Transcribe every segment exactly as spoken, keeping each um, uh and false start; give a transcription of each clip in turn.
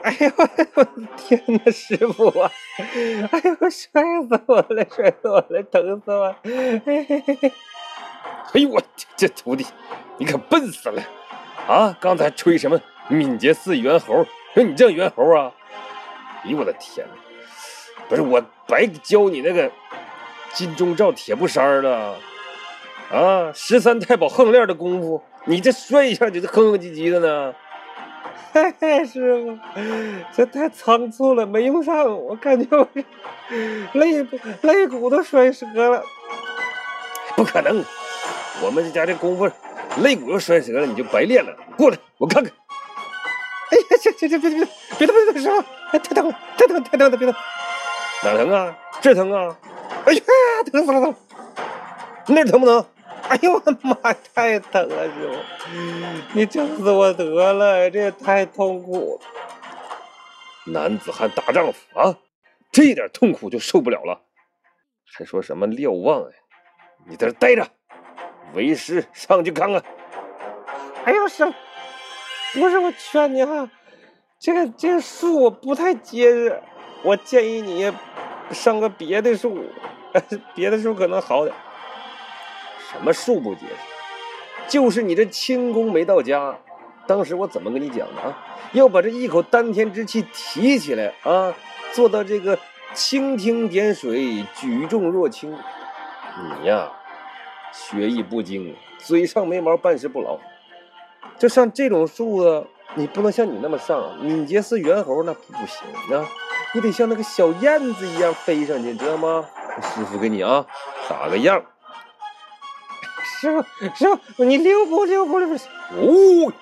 哎呦我的天哪，师傅啊！哎呦，摔死我了，摔死我了，疼死我了！嘿嘿嘿嘿。 哎呦我这徒弟，你可笨死了啊！刚才吹什么敏捷似猿猴？说你这猿猴啊！哎呦我的天哪！不是我白教你那个金钟罩铁布衫了啊！十三太保横链的功夫，你这摔一下就是哼哼唧唧的呢。 嘿嘿，师傅，这太仓促了，没用上，我感觉我肋肋骨都摔折了。 不可能，我们这家这功夫，肋骨要摔折了，你就白练了。过来，我看看。 哎呀，这这这别别别别动别动，师傅，太疼了，太疼太疼了，别动。 哪疼啊？这疼啊！ 哎呀，疼死了，疼了。 那疼不疼？ 哎呦我的妈，太疼了，师傅，你整死我得了，这也太痛苦了。 男子汉大丈夫啊，这点痛苦就受不了了，还说什么瞭望哎？你在这待着，为师上去看看。 哎呦，师傅，不是我劝你哈，这个这个树不太结实，我建议你上个别的树，别的树可能好点。 什么树不结实？就是你这轻功没到家。当时我怎么跟你讲的啊？要把这一口丹田之气提起来啊，做到这个蜻蜓点水，举重若轻。你呀，学艺不精，嘴上没毛，办事不牢。就像这种树啊，你不能像你那么上，敏捷似猿猴那不行啊，你得像那个小燕子一样飞上去，知道吗？师傅给你啊打个样。 师傅，师傅，你溜步溜步溜步。 哦，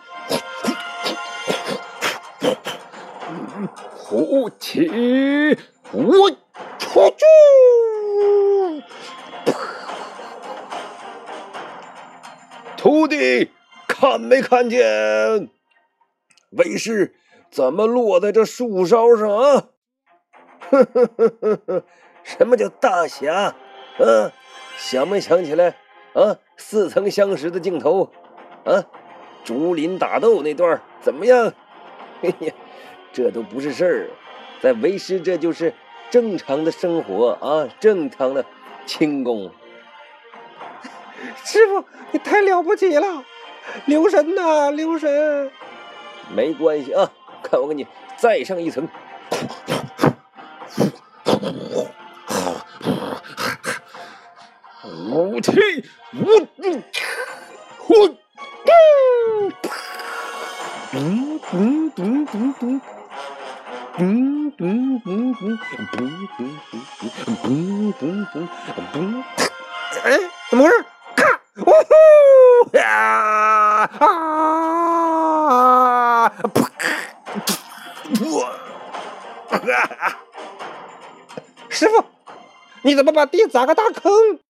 虎起，我出去。徒弟，看没看见为师怎么落在这树梢上啊？呵呵呵呵呵，什么叫大侠？啊，想没想起来啊？似曾相识的镜头啊，竹林打斗那段怎么样？嘿呀，这都不是事儿，在为师这就是正常的生活啊，正常的轻功。 师傅，你太了不起了，留神呐、啊，留神。 没关系啊，看我给你再上一层。武器，我我咚咚咚咚咚，咚咚咚咚，咚咚咚咚咚咚咚。 哎，怎么回事？咔！呜呼呀啊！ 我， 师傅，你怎么把地砸个大坑？